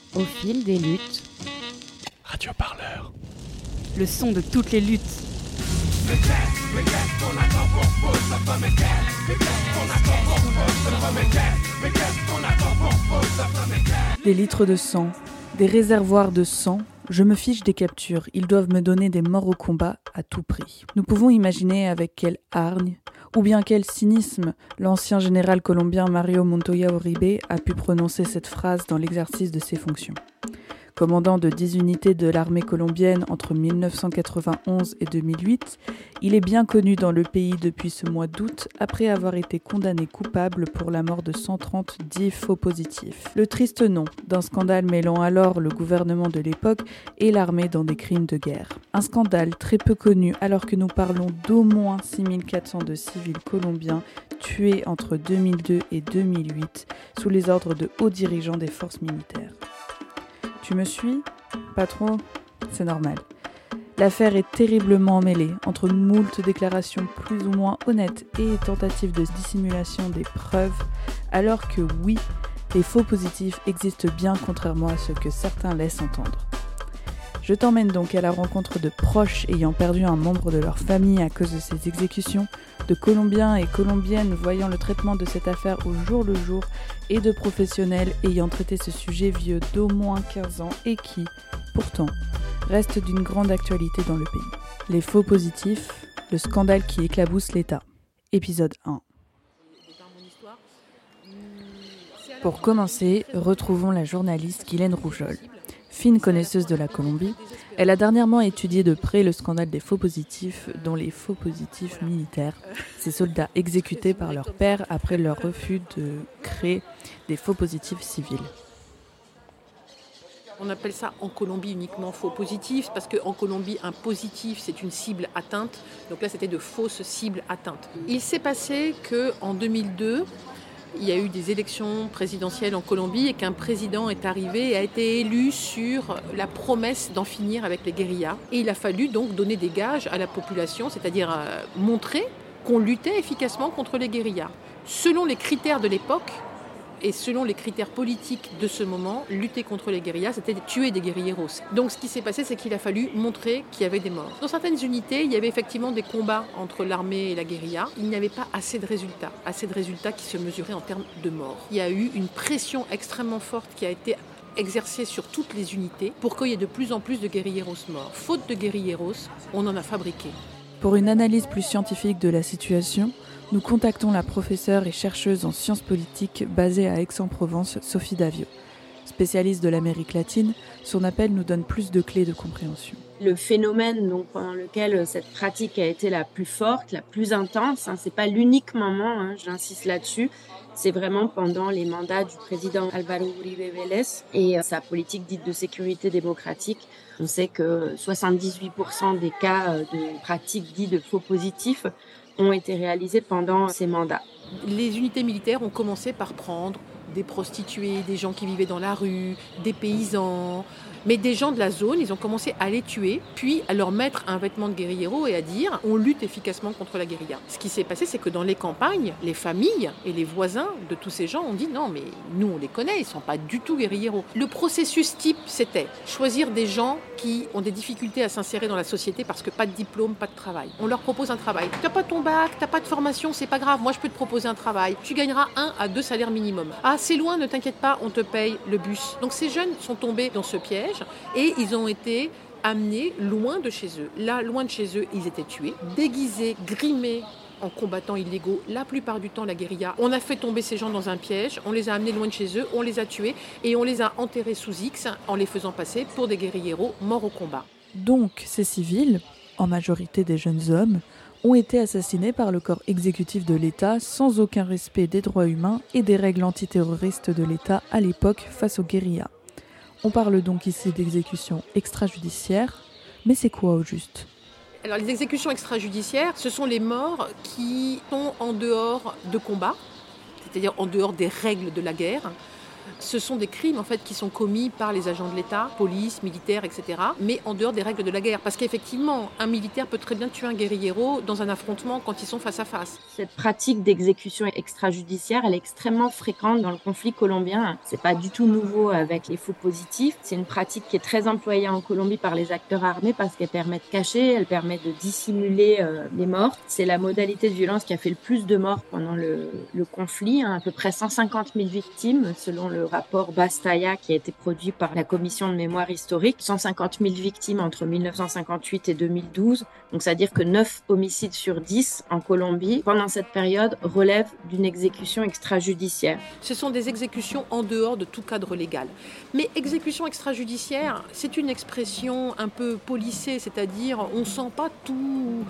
Au fil des luttes. Radio Parleur. Le son de toutes les luttes. Des litres de sang, des réservoirs de sang, je me fiche des captures. Ils doivent me donner des morts au combat à tout prix. Nous pouvons imaginer avec quelle hargne, ou bien quel cynisme, l'ancien général colombien Mario Montoya Uribe a pu prononcer cette phrase dans l'exercice de ses fonctions. Commandant de 10 unités de l'armée colombienne entre 1991 et 2008, il est bien connu dans le pays depuis ce mois d'août après avoir été condamné coupable pour la mort de 130 dits faux positifs. Le triste nom d'un scandale mêlant alors le gouvernement de l'époque et l'armée dans des crimes de guerre. Un scandale très peu connu alors que nous parlons d'au moins 6400 de civils colombiens tués entre 2002 et 2008 sous les ordres de hauts dirigeants des forces militaires. Tu me suis ? Pas trop ? C'est normal. L'affaire est terriblement mêlée entre moult déclarations plus ou moins honnêtes et tentatives de dissimulation des preuves, alors que oui, les faux positifs existent bien contrairement à ce que certains laissent entendre. Je t'emmène donc à la rencontre de proches ayant perdu un membre de leur famille à cause de ces exécutions, de Colombiens et Colombiennes voyant le traitement de cette affaire au jour le jour et de professionnels ayant traité ce sujet vieux d'au moins 15 ans et qui, pourtant, reste d'une grande actualité dans le pays. Les faux positifs, le scandale qui éclabousse l'État. Épisode 1. Pour commencer, retrouvons la journaliste Guylaine Rougeol. Fine connaisseuse de la Colombie, elle a dernièrement étudié de près le scandale des faux positifs, dont les faux positifs militaires, ces soldats exécutés par leur père après leur refus de créer des faux positifs civils. On appelle ça en Colombie uniquement faux positifs, parce qu'en Colombie, un positif, c'est une cible atteinte. Donc là, c'était de fausses cibles atteintes. Il s'est passé qu'en 2002, il y a eu des élections présidentielles en Colombie et qu'un président est arrivé et a été élu sur la promesse d'en finir avec les guérillas. Et il a fallu donc donner des gages à la population, c'est-à-dire montrer qu'on luttait efficacement contre les guérillas. Selon les critères de l'époque et selon les critères politiques de ce moment, lutter contre les guérillas, c'était tuer des guérilleros. Donc ce qui s'est passé, c'est qu'il a fallu montrer qu'il y avait des morts. Dans certaines unités, il y avait effectivement des combats entre l'armée et la guérilla. Il n'y avait pas assez de résultats qui se mesuraient en termes de morts. Il y a eu une pression extrêmement forte qui a été exercée sur toutes les unités pour qu'il y ait de plus en plus de guérilleros morts. Faute de guérilleros, on en a fabriqué. Pour une analyse plus scientifique de la situation, nous contactons la professeure et chercheuse en sciences politiques basée à Aix-en-Provence, Sophie Davio. Spécialiste de l'Amérique latine, son appel nous donne plus de clés de compréhension. Le phénomène donc, pendant lequel cette pratique a été la plus forte, la plus intense, c'est pas l'unique moment, j'insiste là-dessus, c'est vraiment pendant les mandats du président Álvaro Uribe Vélez et sa politique dite de sécurité démocratique. On sait que 78% des cas de pratiques dites de faux positifs ont été réalisés pendant ces mandats. Les unités militaires ont commencé par prendre des prostituées, des gens qui vivaient dans la rue, des paysans, mais des gens de la zone, ils ont commencé à les tuer, puis à leur mettre un vêtement de guérillero et à dire « on lutte efficacement contre la guérilla ». Ce qui s'est passé, c'est que dans les campagnes, les familles et les voisins de tous ces gens ont dit « non, mais nous on les connaît, ils ne sont pas du tout guérilleros ». Le processus type, c'était choisir des gens qui ont des difficultés à s'insérer dans la société parce que pas de diplôme, pas de travail. On leur propose un travail. Tu n'as pas ton bac, tu n'as pas de formation, c'est pas grave, moi je peux te proposer un travail. Tu gagneras 1 à 2 salaires minimum. Ah, c'est loin, ne t'inquiète pas, on te paye le bus. Donc ces jeunes sont tombés dans ce piège et ils ont été amenés loin de chez eux. Là, loin de chez eux, ils étaient tués, déguisés, grimés en combattants illégaux, la plupart du temps la guérilla. On a fait tomber ces gens dans un piège, on les a amenés loin de chez eux, on les a tués et on les a enterrés sous X en les faisant passer pour des guérilleros morts au combat. Donc ces civils, en majorité des jeunes hommes, ont été assassinés par le corps exécutif de l'État sans aucun respect des droits humains et des règles antiterroristes de l'État à l'époque face aux guérillas. On parle donc ici d'exécutions extrajudiciaires, mais c'est quoi au juste ? Alors les exécutions extrajudiciaires, ce sont les morts qui sont en dehors de combat, c'est-à-dire en dehors des règles de la guerre. Ce sont des crimes en fait qui sont commis par les agents de l'État, police, militaires, etc. Mais en dehors des règles de la guerre. Parce qu'effectivement, un militaire peut très bien tuer un guérillero dans un affrontement quand ils sont face à face. Cette pratique d'exécution extrajudiciaire, elle est extrêmement fréquente dans le conflit colombien. C'est pas du tout nouveau avec les faux positifs. C'est une pratique qui est très employée en Colombie par les acteurs armés parce qu'elle permet de cacher, elle permet de dissimuler les morts. C'est la modalité de violence qui a fait le plus de morts pendant le conflit, à peu près 150 000 victimes selon le rapport Bastaya qui a été produit par la commission de mémoire historique. 150 000 victimes entre 1958 et 2012. Donc, c'est-à-dire que 9 homicides sur 10 en Colombie, pendant cette période, relèvent d'une exécution extrajudiciaire. Ce sont des exécutions en dehors de tout cadre légal. Mais exécution extrajudiciaire, c'est une expression un peu policée, c'est-à-dire on ne sent pas tout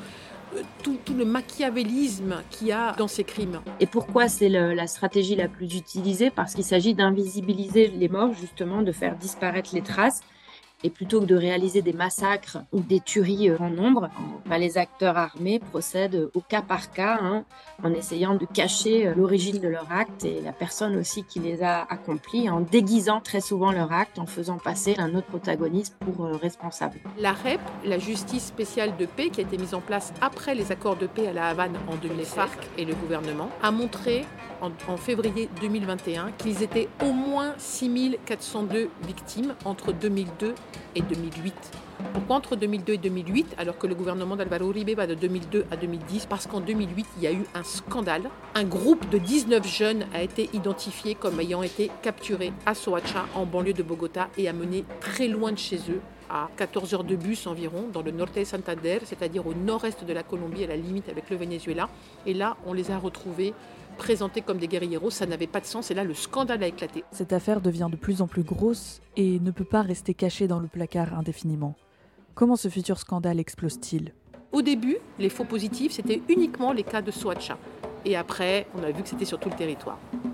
le machiavélisme qu'il y a dans ces crimes. Et pourquoi c'est la stratégie la plus utilisée ? Parce qu'il s'agit d'invisibiliser les morts, justement, de faire disparaître les traces. Et plutôt que de réaliser des massacres ou des tueries en nombre, les acteurs armés procèdent au cas par cas, en essayant de cacher l'origine de leur acte et la personne aussi qui les a accomplis, en déguisant très souvent leur acte, en faisant passer un autre protagoniste pour responsable. La REP, la justice spéciale de paix, qui a été mise en place après les accords de paix à La Havane en 2016, FARC et le gouvernement, a montré en février 2021 qu'ils étaient au moins 6402 victimes entre 2002 et 2008. Pourquoi entre 2002 et 2008 alors que le gouvernement d'Álvaro Uribe va de 2002 à 2010 ? Parce qu'en 2008, il y a eu un scandale. Un groupe de 19 jeunes a été identifié comme ayant été capturés à Soacha, en banlieue de Bogota, et amenés très loin de chez eux, à 14 heures de bus environ, dans le norte de Santander, c'est-à-dire au nord-est de la Colombie, à la limite avec le Venezuela. Et là, on les a retrouvés présentés comme des guérilleros, ça n'avait pas de sens et là le scandale a éclaté. Cette affaire devient de plus en plus grosse et ne peut pas rester cachée dans le placard indéfiniment. Comment ce futur scandale explose-t-il ? Au début, les faux positifs, c'était uniquement les cas de Soacha. Et après, on a vu que c'était sur tout le territoire.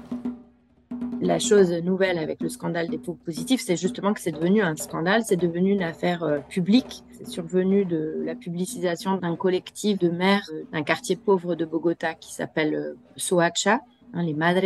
La chose nouvelle avec le scandale des faux positifs, c'est justement que c'est devenu un scandale, c'est devenu une affaire publique. C'est survenu de la publicisation d'un collectif de mères d'un quartier pauvre de Bogota qui s'appelle Soacha, les Madres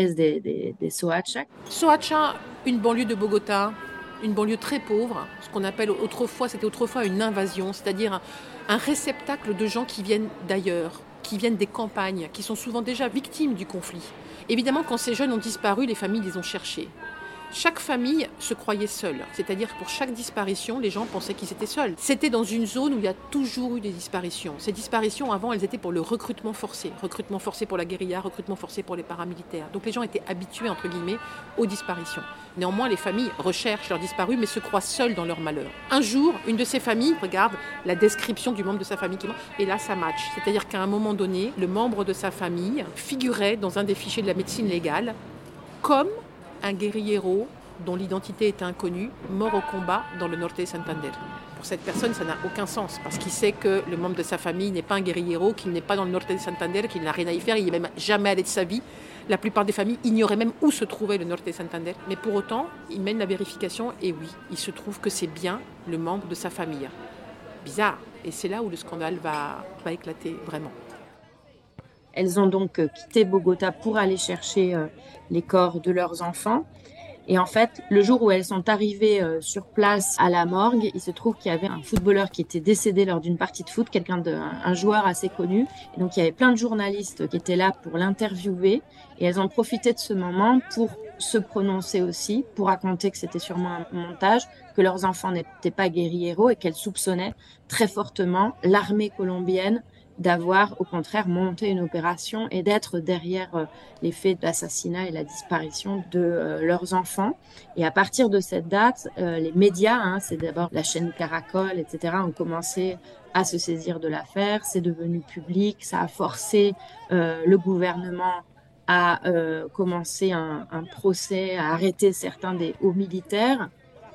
de Soacha. Soacha, une banlieue de Bogota, une banlieue très pauvre, ce qu'on appelle c'était autrefois une invasion, c'est-à-dire un réceptacle de gens qui viennent d'ailleurs, qui viennent des campagnes, qui sont souvent déjà victimes du conflit. Évidemment, quand ces jeunes ont disparu, les familles les ont cherchés. Chaque famille se croyait seule, c'est-à-dire que pour chaque disparition, les gens pensaient qu'ils étaient seuls. C'était dans une zone où il y a toujours eu des disparitions. Ces disparitions, avant, elles étaient pour le recrutement forcé pour la guérilla, recrutement forcé pour les paramilitaires. Donc les gens étaient habitués, entre guillemets, aux disparitions. Néanmoins, les familles recherchent leurs disparus, mais se croient seuls dans leur malheur. Un jour, une de ces familles regarde la description du membre de sa famille qui meurt, et là, ça match. C'est-à-dire qu'à un moment donné, le membre de sa famille figurait dans un des fichiers de la médecine légale comme un guérillero dont l'identité était inconnue, mort au combat dans le norte de Santander. Pour cette personne, ça n'a aucun sens, parce qu'il sait que le membre de sa famille n'est pas un guérillero, qu'il n'est pas dans le norte de Santander, qu'il n'a rien à y faire, il n'est même jamais allé de sa vie. La plupart des familles ignoraient même où se trouvait le norte de Santander. Mais pour autant, il mène la vérification, et oui, il se trouve que c'est bien le membre de sa famille. Bizarre. Et c'est là où le scandale va éclater vraiment. Elles ont donc quitté Bogota pour aller chercher les corps de leurs enfants. Et en fait, le jour où elles sont arrivées sur place à la morgue, il se trouve qu'il y avait un footballeur qui était décédé lors d'une partie de foot, un joueur assez connu. Et donc, il y avait plein de journalistes qui étaient là pour l'interviewer. Et elles ont profité de ce moment pour se prononcer aussi, pour raconter que c'était sûrement un montage, que leurs enfants n'étaient pas guérilleros et qu'elles soupçonnaient très fortement l'armée colombienne d'avoir au contraire monté une opération et d'être derrière les faits d'assassinat et la disparition de leurs enfants. Et à partir de cette date, les médias, c'est d'abord la chaîne Caracol, etc., ont commencé à se saisir de l'affaire. C'est devenu public, ça a forcé le gouvernement à commencer un procès, à arrêter certains des hauts militaires.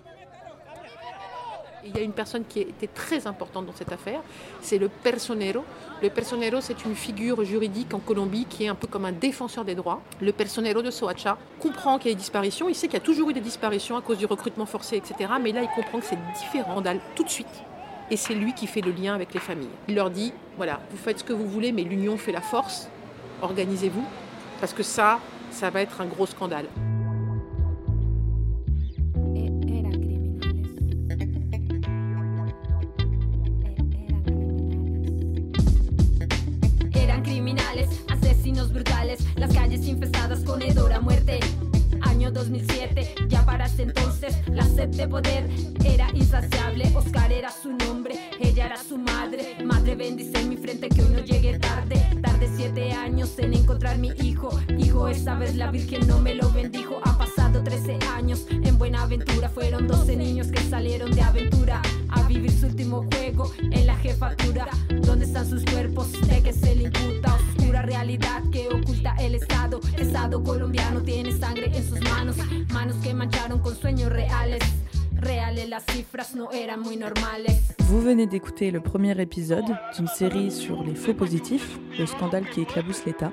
Il y a une personne qui était très importante dans cette affaire, c'est le personero. Le personero, c'est une figure juridique en Colombie qui est un peu comme un défenseur des droits. Le personero de Soacha comprend qu'il y a des disparitions, il sait qu'il y a toujours eu des disparitions à cause du recrutement forcé, etc. Mais là, il comprend que c'est différent tout de suite. Et c'est lui qui fait le lien avec les familles. Il leur dit, voilà, vous faites ce que vous voulez, mais l'union fait la force, organisez-vous, parce que ça va être un gros scandale. imponedora muerte. Año 2007, ya para ese entonces la sed de poder era insaciable. Oscar era su nombre, ella era su madre. Madre, bendice en mi frente que hoy no llegue tarde. Tardé 7 años en encontrar mi hijo. Hijo, esa vez la Virgen no me lo bendijo. Han pasado 13 años en Buenaventura. Fueron 12 niños que salieron de aventura a vivir su último juego en la jefatura. ¿Dónde están sus cuerpos? ¿De qué se le imputa? Oscura realidad que oculta el Estado. Estado colombiano tiene sangre en sus manos. Manos que mancharon con sueños reales. Reales, las cifras no eran muy normales. Vous venez d'écouter le premier épisode d'une série sur les faux positifs, le scandale qui éclabousse l'État.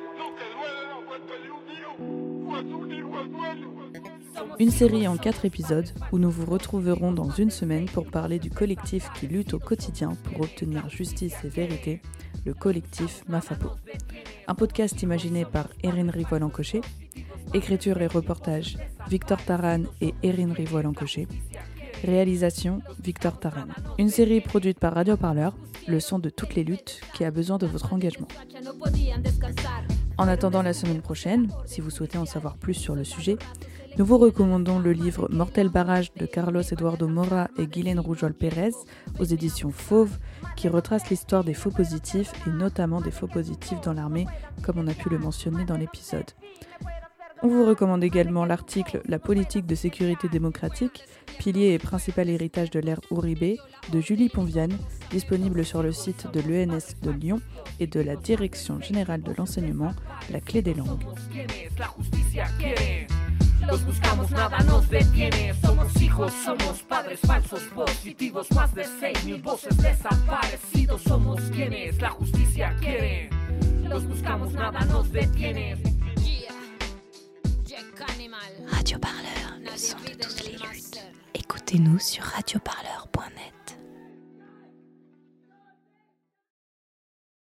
Une série en 4 épisodes où nous vous retrouverons dans une semaine pour parler du collectif qui lutte au quotidien pour obtenir justice et vérité, le collectif Mafapo. Un podcast imaginé par Erin Rivoal-Encoché, écriture et reportage Victor Taran et Erin Rivoal-Encoché, réalisation Victor Taran. Une série produite par Radio Parleur, le son de toutes les luttes qui a besoin de votre engagement. En attendant la semaine prochaine, si vous souhaitez en savoir plus sur le sujet, nous vous recommandons le livre Mortel Barrage de Carlos Eduardo Mora et Guylaine Roujol Pérez aux éditions Fauve, qui retrace l'histoire des faux positifs et notamment des faux positifs dans l'armée, comme on a pu le mentionner dans l'épisode. On vous recommande également l'article La politique de sécurité démocratique, pilier et principal héritage de l'ère Uribe de Julie Ponviane, disponible sur le site de l'ENS de Lyon et de la Direction générale de l'enseignement, la clé des langues. Los buscamos, nada nos detiene. Somos hijos, somos padres falsos positivos. Más de 6,000 voces desaparecidos. Somos quienes la justicia quiere. Los buscamos, nada nos detiene. Radio Parleur, le son de toutes les luttes. Écoutez-nous sur radioparleur.net.